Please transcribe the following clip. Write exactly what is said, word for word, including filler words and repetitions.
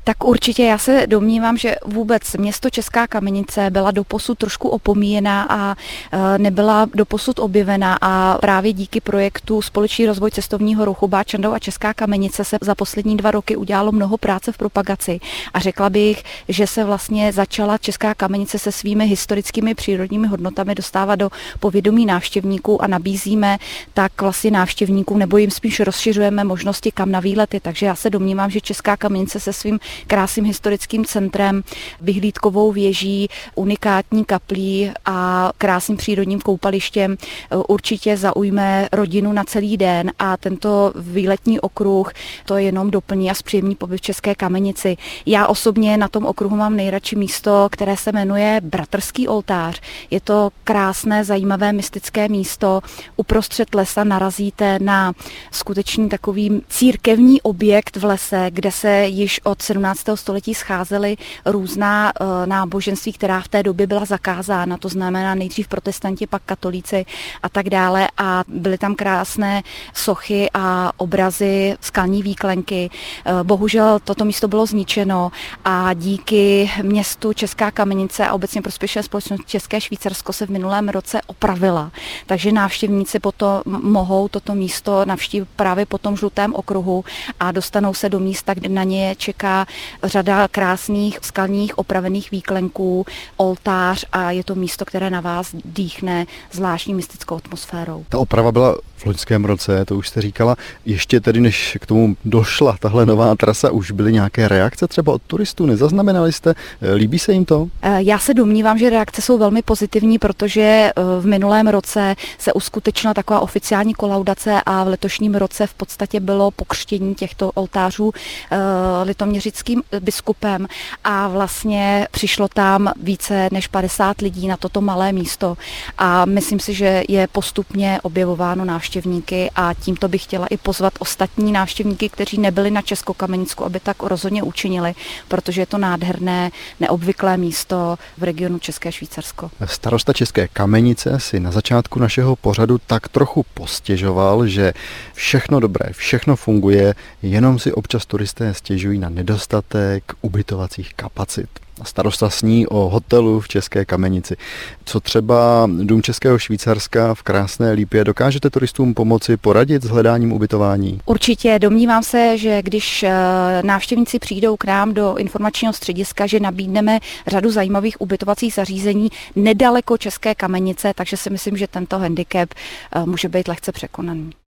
Tak určitě já se domnívám, že vůbec město Česká Kamenice byla doposud trošku opomíjená a nebyla doposud objevena a právě díky projektu Společný rozvoj cestovního ruchu Báčandov a Česká Kamenice se za poslední dva roky udělalo mnoho práce v propagaci a řekla bych, že se vlastně začala Česká Kamenice se svými historickými přírodními hodnotami dostávat do povědomí návštěvníků a nabízíme tak vlastně návštěvníkům nebo jim spíš rozšiřujeme možnosti kam na výlety, takže já se domnívám, že Česká Kamenice se svým krásným historickým centrem, vyhlídkovou věží, unikátní kaplí a krásným přírodním koupalištěm určitě zaujme rodinu na celý den a tento výletní okruh to jenom doplní a zpříjemní pobyt v České Kamenici. Já osobně na tom okruhu mám nejradši místo, které se jmenuje Bratrský oltář. Je to krásné, zajímavé, mystické místo. Uprostřed lesa narazíte na skutečný takový církevní objekt v lese, kde se již od sedmnáctého století scházely různá náboženství, která v té době byla zakázána, to znamená nejdřív protestanti, pak katolíci a tak dále a byly tam krásné sochy a obrazy, skalní výklenky. Bohužel toto místo bylo zničeno a díky městu Česká Kamenice a obecně prospěšné společnosti České Švýcarsko se v minulém roce opravila. Takže návštěvníci potom mohou toto místo navštívit právě po tom žlutém okruhu a dostanou se do místa, kde na ně čeká řada krásných skalních opravených výklenků, oltář a je to místo, které na vás dýchne zvláštní mystickou atmosférou. Ta oprava byla v loňském roce, to už jste říkala. Ještě tedy, než k tomu došla tahle nová trasa, už byly nějaké reakce třeba od turistů? Nezaznamenali jste? Líbí se jim to? Já se domnívám, že reakce jsou velmi pozitivní, protože v minulém roce se uskutečnila taková oficiální kolaudace a v letošním roce v podstatě bylo pokřtění těchto oltářů litoměřickým biskupem a vlastně přišlo tam více než padesát lidí na toto malé místo a myslím si, že je postupně objevováno návštěvníky a tímto bych chtěla i pozvat ostatní návštěvníky, kteří nebyli na Českokamensku, aby tak rozhodně učinili, protože je to nádherné, neobvyklé místo v regionu České Švýcarsko. Starosta České Kamenice si na začátku našeho pořadu tak trochu postěžoval, že všechno dobré, všechno funguje, jenom si občas turisté stěžují na nedostatek ubytovacích kapacit. Starosta sní o hotelu v České Kamenici. Co třeba Dům Českého Švýcarska v krásné Lípě, dokážete turistům pomoci poradit s hledáním ubytování? Určitě, domnívám se, že když návštěvníci přijdou k nám do informačního střediska, že nabídneme řadu zajímavých ubytovacích zařízení nedaleko České Kamenice, takže si myslím, že tento handicap může být lehce překonaný.